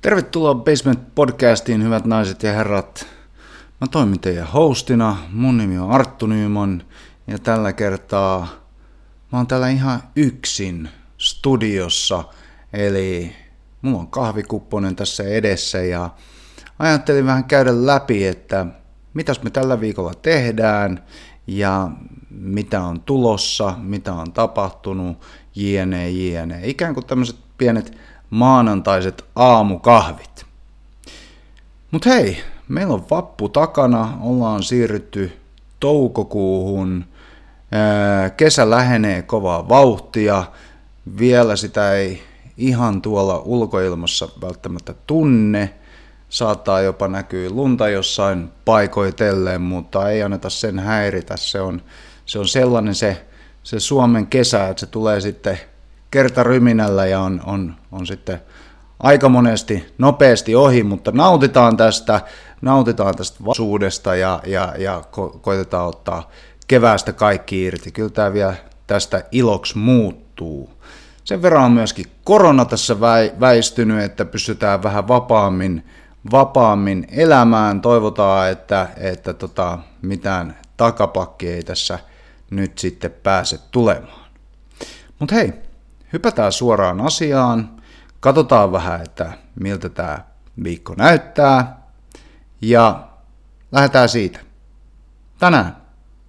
Tervetuloa Basement Podcastiin, hyvät naiset ja herrat. Mä toimin teidän hostina, mun nimi on Arttu Nyman ja tällä kertaa mä oon täällä ihan yksin studiossa. Eli mulla on kahvikupponen tässä edessä ja ajattelin vähän käydä läpi, että mitäs me tällä viikolla tehdään ja mitä on tulossa, mitä on tapahtunut, jne. Ikään kuin tämmöiset pienet maanantaiset aamukahvit. Mut hei, meillä on vappu takana, ollaan siirrytty toukokuuhun, kesä lähenee kovaa vauhtia, vielä sitä ei ihan tuolla ulkoilmassa välttämättä tunne, saattaa jopa näkyä lunta jossain paikoitellen, mutta ei anneta sen häiritä, se on sellainen se Suomen kesä, että se tulee sitten kertaryminällä ja on sitten aika monesti nopeasti ohi, mutta nautitaan tästä vasuudesta ja koitetaan ottaa keväästä kaikki irti. Kyllä tämä vielä tästä iloksi muuttuu. Sen verran on myöskin korona tässä väistynyt, että pystytään vähän vapaammin elämään. Toivotaan, että mitään takapakkia ei tässä nyt sitten pääse tulemaan. Mutta hei, hypätään suoraan asiaan, katsotaan vähän, että miltä tämä viikko näyttää ja lähdetään siitä. Tänään,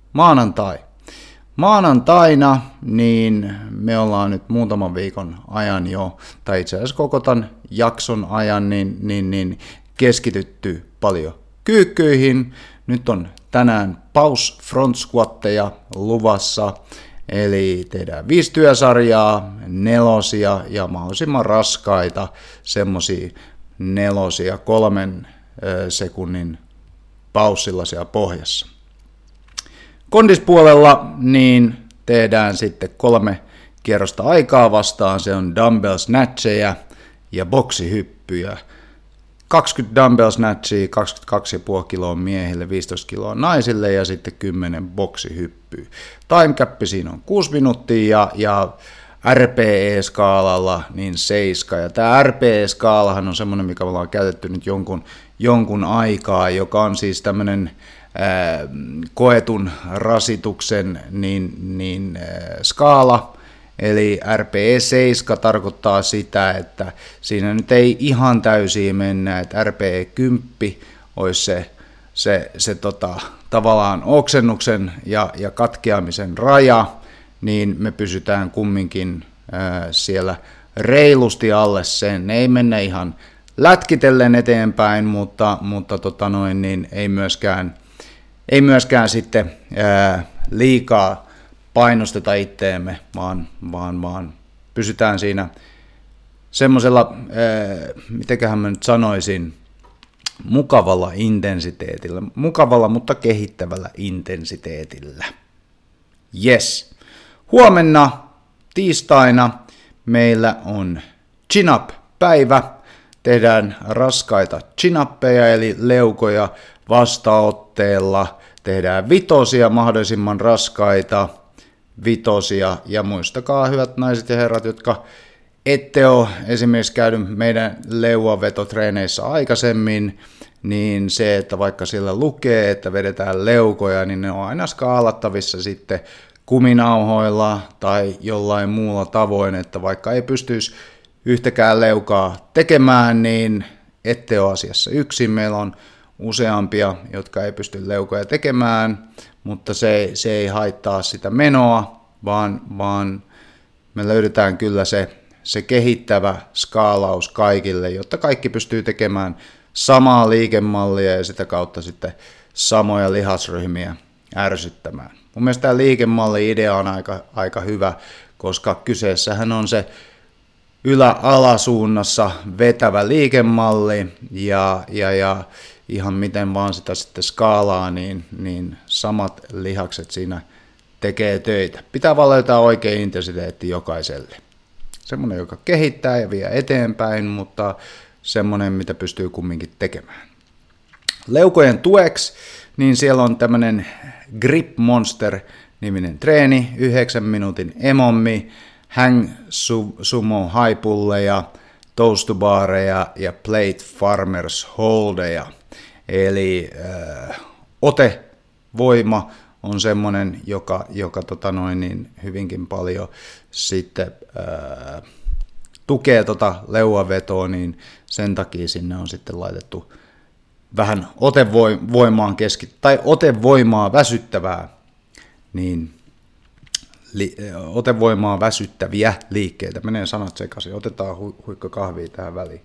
maanantaina, niin me ollaan nyt muutaman viikon ajan jo, tai itse asiassa koko tämän jakson ajan, niin keskitytty paljon kyykkyihin. Nyt on tänään paus front squatteja luvassa. Eli tehdään 5 työsarjaa, 4 ja mahdollisimman raskaita, semmosia 4 3 sekunnin paussilla siellä pohjassa. Kondispuolella niin tehdään sitten 3 kierrosta aikaa vastaan, se on dumbbell snatcheja ja boksihyppyjä. 20 dumbbell snatchia, 22,5 kiloa miehille, 15 kiloa naisille ja sitten 10 boksihyppyä. Time cap siinä on 6 minuuttia ja RPE-skaalalla niin 7. Ja tämä RPE-skaalahan on semmoinen, mikä me ollaan käytetty nyt jonkun aikaa, joka on siis tämmöinen koetun rasituksen skaala. Eli RPE 7 tarkoittaa sitä, että siinä nyt ei ihan täysiin mennä, että RPE 10 olisi se tavallaan oksennuksen ja katkeamisen raja, niin me pysytään kumminkin siellä reilusti alle sen. Ei mennä ihan lätkitellen eteenpäin, mutta niin ei myöskään sitten liikaa painosteta itteemme, vaan pysytään siinä semmoisella, mitenköhän mä nyt sanoisin, mukavalla intensiteetillä, mukavalla mutta kehittävällä intensiteetillä. Yes. Huomenna tiistaina meillä on chin-up-päivä. Tehdään raskaita chin-uppeja eli leukoja vastaotteella. Tehdään 5 mahdollisimman raskaita 5 ja muistakaa hyvät naiset ja herrat, jotka ette ole esimerkiksi käynyt meidän leuanvetotreeneissä aikaisemmin, niin se, että vaikka siellä lukee, että vedetään leukoja, niin ne on aina skaalattavissa sitten kuminauhoilla tai jollain muulla tavoin, että vaikka ei pystyisi yhtäkään leukaa tekemään, niin ette ole asiassa yksin. Meillä on useampia, jotka ei pysty leukoja tekemään, mutta se ei haittaa sitä menoa, vaan me löydetään kyllä se kehittävä skaalaus kaikille, jotta kaikki pystyy tekemään samaa liikemallia ja sitä kautta sitten samoja lihasryhmiä ärsyttämään. Mun mielestä tämä liikemalli-idea on aika hyvä, koska kyseessähän on se ylä-alasuunnassa vetävä liikemalli ja ihan miten vaan sitä sitten skaalaa, niin samat lihakset siinä tekee töitä. Pitää vaan löytää oikea intensiteetti jokaiselle. Semmoinen, joka kehittää ja vie eteenpäin, mutta semmoinen, mitä pystyy kumminkin tekemään. Leukojen tueksi, niin siellä on tämmöinen Grip Monster-niminen treeni, 9 minuutin emommi, hang sumo haipulleja, toast-to-bareja ja plate farmers holdeja. Eli otevoima on semmoinen, joka hyvinkin paljon sitten tukee leuanvetoa, niin sen takia sinne on sitten laitettu vähän otevoimaa väsyttävää, niin otevoimaa väsyttäviä liikkeitä. Menee sanat sekaisin. Otetaan huikka kahvia tähän väliin.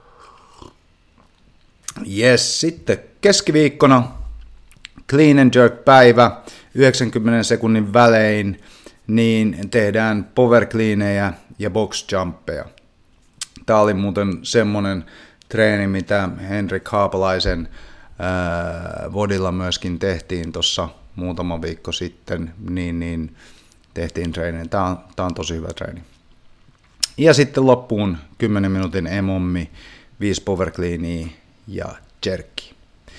Yes, sitten keskiviikkona clean and jerk päivä 90 sekunnin välein, niin tehdään power cleaneja ja box jumpeja. Tämä oli muuten semmoinen treeni, mitä Henrik Haapalaisen vodilla myöskin tehtiin tuossa muutama viikko sitten, niin tehtiin treenejä. Tämä on tosi hyvä treeni. Ja sitten loppuun 10 minuutin emommi, 5 power cleania ja jerkki.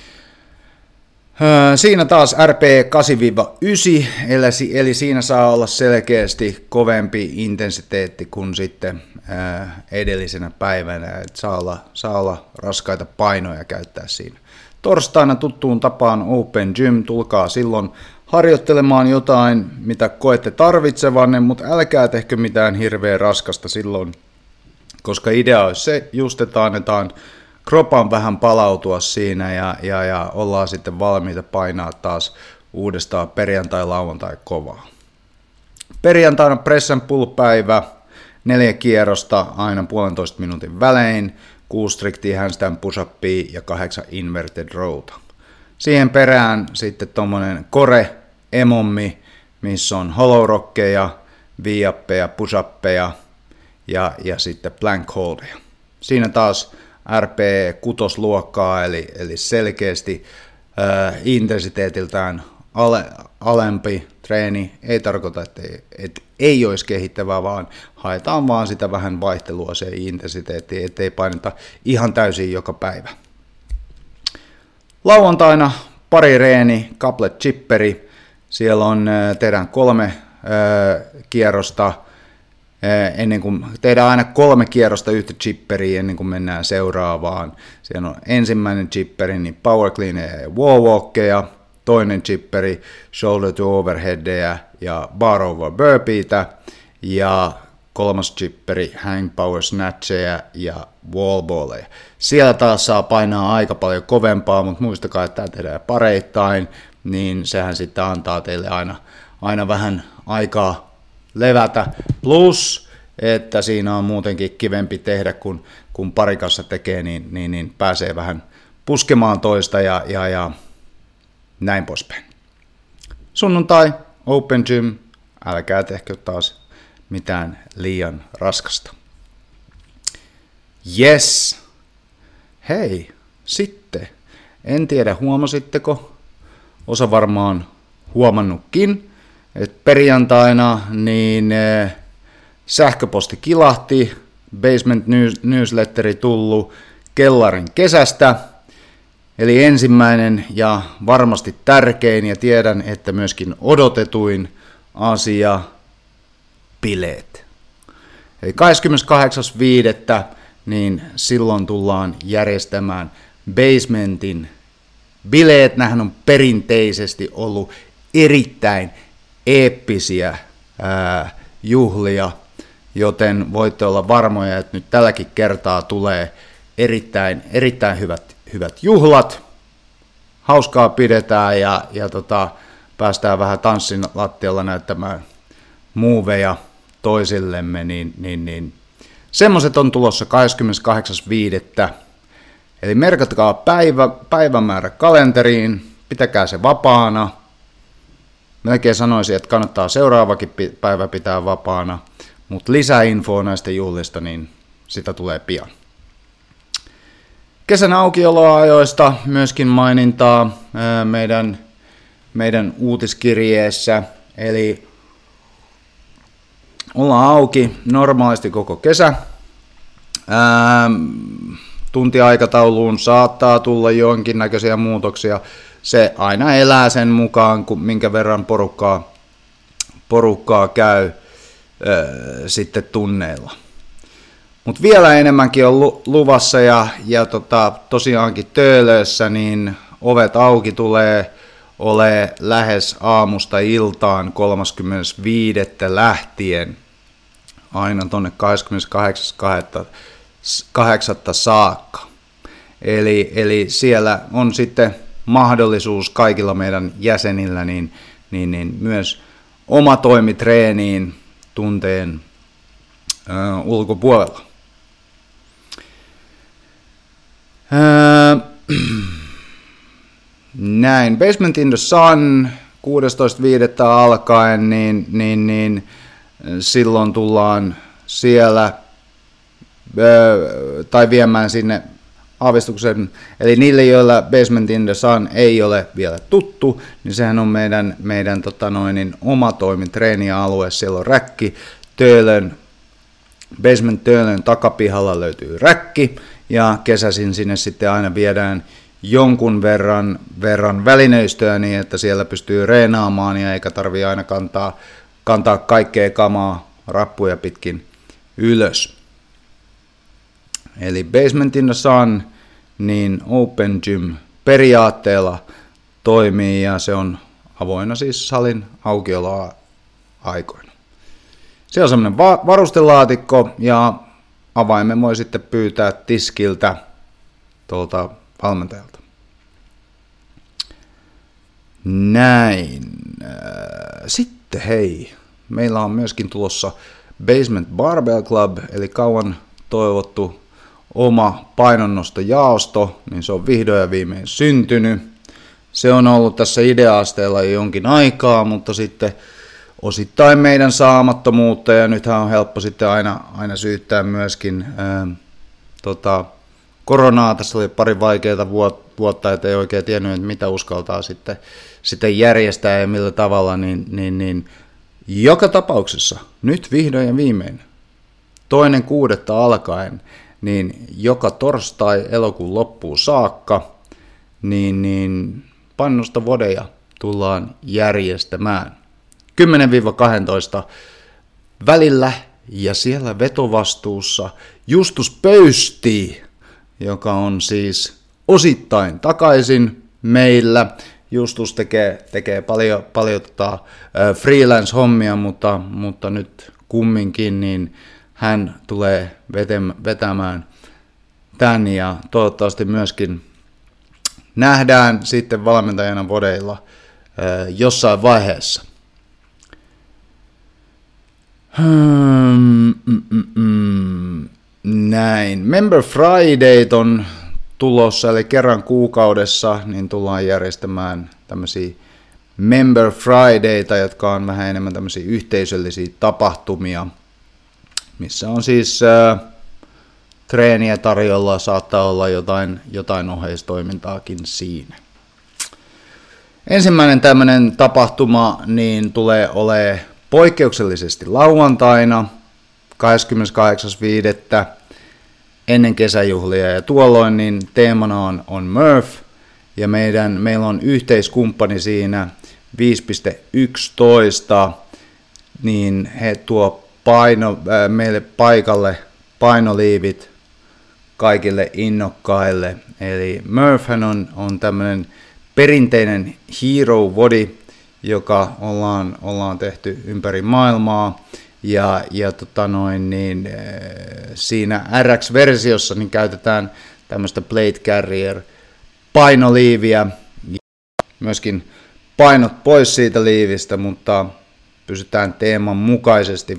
Siinä taas RP 8-9, eli siinä saa olla selkeästi kovempi intensiteetti kuin sitten edellisenä päivänä. Et saa olla raskaita painoja käyttää siinä. Torstaina tuttuun tapaan Open Gym, tulkaa silloin harjoittelemaan jotain, mitä koette tarvitsevanne, mutta älkää tehkö mitään hirveän raskasta silloin, koska idea olisi se, just että annetaan kropan vähän palautua siinä ja ollaan sitten valmiita painaa taas uudestaan perjantai, lauantai kovaa. Perjantaina press and pull päivä, 4 kierrosta aina 1,5 minuutin välein, 6 striktiä handstand push-upia ja 8 inverted rowta. Siihen perään sitten tommonen core emommi, missä on hollow rockeja, v-uppeja, push-uppeja ja sitten plank holdeja. Siinä taas RP 6-luokkaa, eli selkeästi intensiteetiltään alempi treeni. Ei tarkoita, että ei olisi kehittävää, vaan haetaan vaan sitä vähän vaihtelua se intensiteetti, ettei paineta ihan täysin joka päivä. Lauantaina pari reeni, couplet chipperi. Siellä tehdään 3 kierrosta. Ennen kuin tehdään aina 3 kierrosta yhtä chipperiä ennen kuin mennään seuraavaan. Siellä on ensimmäinen chipperi, niin power cleaneja ja wall walkeja, toinen chipperi, shoulder to overheadia ja bar over burpeeitä, ja 3. chipperi, hang power snatcheja ja wall balleja. Siellä taas saa painaa aika paljon kovempaa, mutta muistakaa, että tämä tehdään pareittain, niin sehän sitten antaa teille aina vähän aikaa levätä, plus että siinä on muutenkin kivempi tehdä, kun parikassa tekee, niin pääsee vähän puskemaan toista ja näin poispäin. Sunnuntai, Open Gym, älkää tehkö taas mitään liian raskasta. Yes, hei, sitten, en tiedä huomasitteko, osa varmaan huomannutkin, et perjantaina niin sähköposti kilahti, Basement newsletteri tullut kellarin kesästä, eli ensimmäinen ja varmasti tärkein ja tiedän, että myöskin odotetuin asia, bileet. Eli 28.5. niin silloin tullaan järjestämään Basementin bileet. Nämähän on perinteisesti ollut erittäin eeppisiä juhlia, joten voitte olla varmoja, että nyt tälläkin kertaa tulee erittäin hyvät juhlat. Hauskaa pidetään ja päästään vähän tanssin lattialla näyttämään moveja toisillemme, niin semmoiset on tulossa 28.5. Eli merkatkaa päivämäärä kalenteriin, pitäkää se vapaana. Melkein sanoisin, että kannattaa seuraavakin päivä pitää vapaana, mutta lisäinfoa näistä juhlista, niin sitä tulee pian. Kesän aukioloajoista myöskin mainintaa meidän uutiskirjeessä, eli ollaan auki normaalisti koko kesä. Tuntiaikatauluun saattaa tulla jonkinnäköisiä muutoksia. Se aina elää sen mukaan, minkä verran porukkaa käy sitten tunneilla. Mutta vielä enemmänkin on luvassa ja tosiaankin Töölössä niin ovet auki tulee ole lähes aamusta iltaan 35. lähtien aina tuonne 28.8. saakka. Eli siellä on sitten mahdollisuus kaikilla meidän jäsenillä niin myös oma toimitreeniin tunteen ulkopuolella. Näin, Basement in the Sun 16.5. alkaen, niin silloin tullaan siellä tai viemään sinne aavistuksen, eli niille, joilla Basement in the Sun ei ole vielä tuttu, niin sehän on meidän oma treenialue. Siellä on räkki, Basement Töölön takapihalla löytyy räkki, ja kesäisin sinne sitten aina viedään jonkun verran välineistöä niin, että siellä pystyy reenaamaan ja eikä tarvitse aina kantaa kaikkea kamaa rappuja pitkin ylös. Eli Basement in the Sun, niin Open Gym periaatteella toimii ja se on avoinna siis salin aukioloaikoina. Siellä on semmoinen varustelaatikko ja avaimen voi sitten pyytää tiskiltä tuolta valmentajalta. Näin. Sitten hei, meillä on myöskin tulossa Basement Barbell Club, eli kauan toivottu oma painonnostojaosto, niin se on vihdoin ja viimein syntynyt. Se on ollut tässä idea-asteella jo jonkin aikaa, mutta sitten osittain meidän saamattomuutta, ja nythän on helppo sitten aina syyttää myöskin koronaa. Tässä oli pari vaikeaa vuotta, että ei oikein tiennyt, että mitä uskaltaa sitten järjestää ja millä tavalla, niin joka tapauksessa nyt vihdoin ja viimein 2.6. alkaen, niin joka torstai elokuun loppuun saakka, niin painonnostovodeja tullaan järjestämään 10-12 välillä, ja siellä vetovastuussa Justus Pöysti, joka on siis osittain takaisin meillä. Justus tekee paljon freelance-hommia, mutta nyt kumminkin niin hän tulee vetämään tän, ja toivottavasti myöskin nähdään sitten valmentajana vodeilla jossain vaiheessa. Näin. Member Fridayt on tulossa, eli kerran kuukaudessa niin tullaan järjestämään tämmöisiä Member Fridayta, jotka on vähän enemmän tämmöisiä yhteisöllisiä tapahtumia, missä on siis treeniä tarjolla, saattaa olla jotain oheistoimintaakin siinä. Ensimmäinen tämmöinen tapahtuma niin tulee olemaan poikkeuksellisesti lauantaina 28.5. ennen kesäjuhlia, ja tuolloin niin teemana on Murph, ja meillä on yhteiskumppani siinä 5.11, niin he tuo meille paikalle painoliivit kaikille innokkaille. Eli Murphhän on tämmöinen perinteinen hero body, joka ollaan tehty ympäri maailmaa, ja siinä RX-versiossa niin käytetään tämmöistä plate carrier painoliiviä, myöskin painot pois siitä liivistä, mutta pysytään teeman mukaisesti. 5.11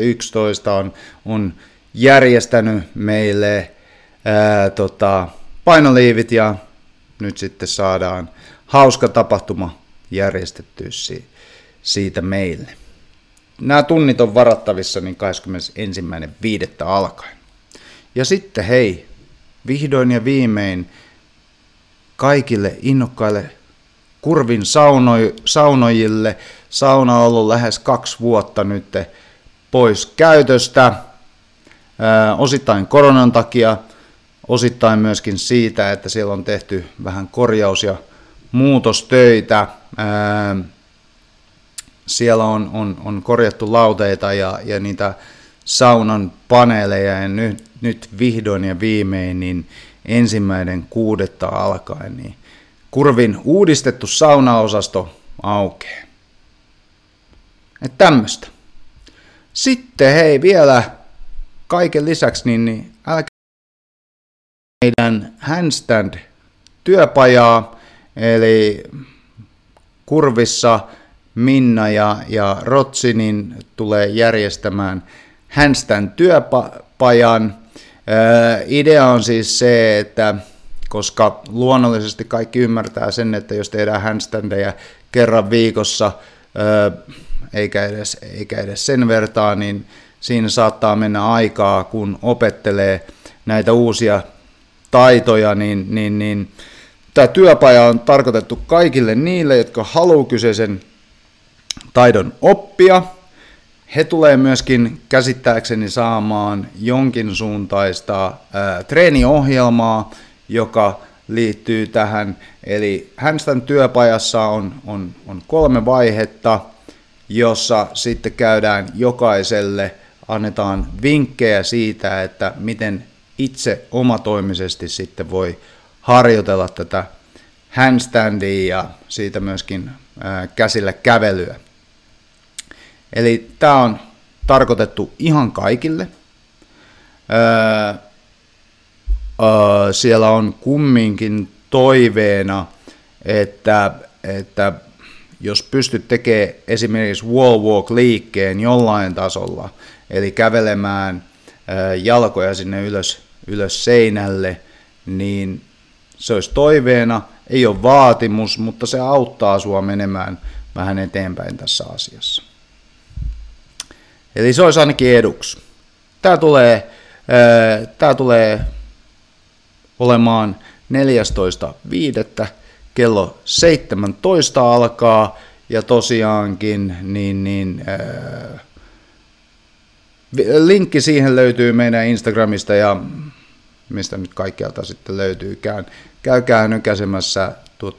on järjestänyt meille painoliivit, ja nyt sitten saadaan hauska tapahtuma järjestettyä siitä meille. Nämä tunnit on varattavissa niin 21.5. alkaen. Ja sitten hei, vihdoin ja viimein kaikille innokkaille Kurvin saunojille. Sauna on ollut lähes 2 vuotta nyt pois käytöstä, osittain koronan takia, osittain myöskin siitä, että siellä on tehty vähän korjaus- ja muutostöitä. Siellä on korjattu lauteita ja niitä saunan paneeleja, ja nyt vihdoin ja viimein niin 1.6. alkaen niin Kurvin uudistettu saunaosasto aukeaa. Että tämmöistä. Sitten hei vielä kaiken lisäksi niin älkää meidän handstand-työpajaa, eli Kurvissa Minna ja Rotsi niin tulee järjestämään handstand-työpajan. Idea on siis se, että koska luonnollisesti kaikki ymmärtää sen, että jos tehdään handstandeja kerran viikossa, eikä edes sen vertaa, niin siinä saattaa mennä aikaa, kun opettelee näitä uusia taitoja, niin tämä työpaja on tarkoitettu kaikille niille, jotka haluaa kyseisen taidon oppia. He tulee myöskin käsittääkseni saamaan jonkin suuntaista treeniohjelmaa, joka liittyy tähän. Eli handstand työpajassa on 3 vaihetta, jossa sitten käydään jokaiselle, annetaan vinkkejä siitä, että miten itse omatoimisesti sitten voi harjoitella tätä handstandia ja siitä myöskin käsillä kävelyä. Eli tämä on tarkoitettu ihan kaikille. Siellä on kumminkin toiveena, että jos pystyt tekemään esimerkiksi wall walk -liikkeen jollain tasolla, eli kävelemään jalkoja sinne ylös seinälle, niin se olisi toiveena, ei ole vaatimus, mutta se auttaa sua menemään vähän eteenpäin tässä asiassa. Eli se olisi ainakin eduksi. Tämä tulee olemaan 14.5. kello 17 alkaa, ja tosiaankin linkki siihen löytyy meidän Instagramista ja mistä nyt kaikkialta sitten löytyykään. Käykää nykäsemässä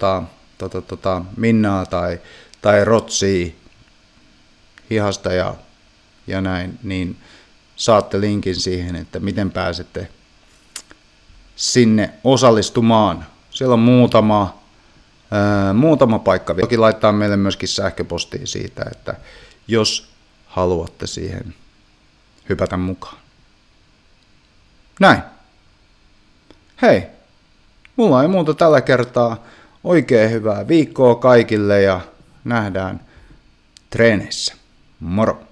Minnaa tai Rotsia hihasta ja näin, niin saatte linkin siihen, että miten pääsette sinne osallistumaan. Siellä on muutama paikka. Toki laittaa meille myöskin sähköpostia siitä, että jos haluatte siihen hypätä mukaan. Näin. Hei, mulla ei muuta tällä kertaa. Oikein hyvää viikkoa kaikille ja nähdään treeneissä. Moro!